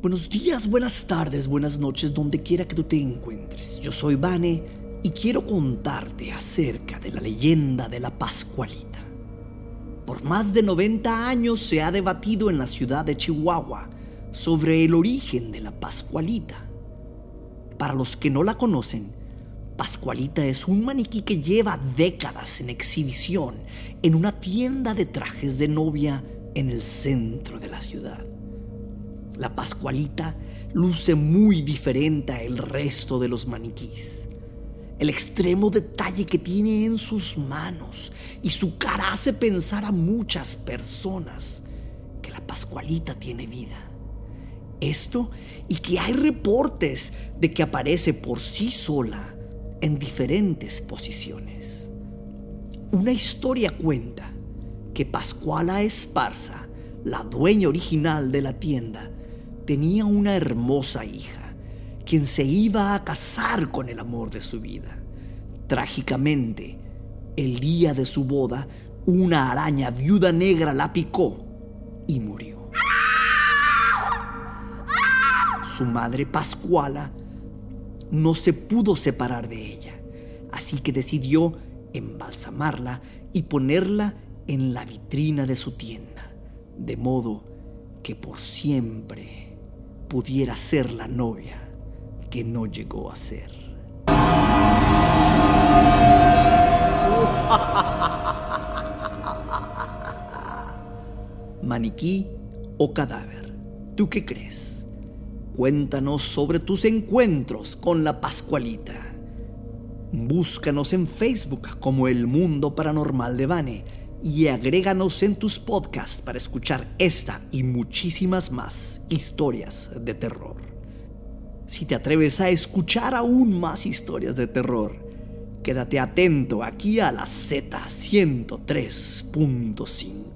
Buenos días, buenas tardes, buenas noches, donde quiera que tú te encuentres. Yo soy Vane y quiero contarte acerca de la leyenda de la Pascualita. Por más de 90 años se ha debatido en la ciudad de Chihuahua sobre el origen de la Pascualita. Para los que no la conocen, Pascualita es un maniquí que lleva décadas en exhibición en una tienda de trajes de novia en el centro de la ciudad. La Pascualita luce muy diferente al resto de los maniquís. El extremo detalle que tiene en sus manos y su cara hace pensar a muchas personas que la Pascualita tiene vida. Esto y que hay reportes de que aparece por sí sola en diferentes posiciones. Una historia cuenta que Pascuala Esparza, la dueña original de la tienda, tenía una hermosa hija, quien se iba a casar con el amor de su vida. Trágicamente, el día de su boda, una araña viuda negra la picó y murió. Su madre Pascuala no se pudo separar de ella, así que decidió embalsamarla y ponerla en la vitrina de su tienda, de modo que por siempre pudiera ser la novia que no llegó a ser. ¿Maniquí o cadáver? ¿Tú qué crees? Cuéntanos sobre tus encuentros con la Pascualita. Búscanos en Facebook como El Mundo Paranormal de Vane y agréganos en tus podcasts para escuchar esta y muchísimas más historias de terror. Si te atreves a escuchar aún más historias de terror, quédate atento aquí a la Z 103.5.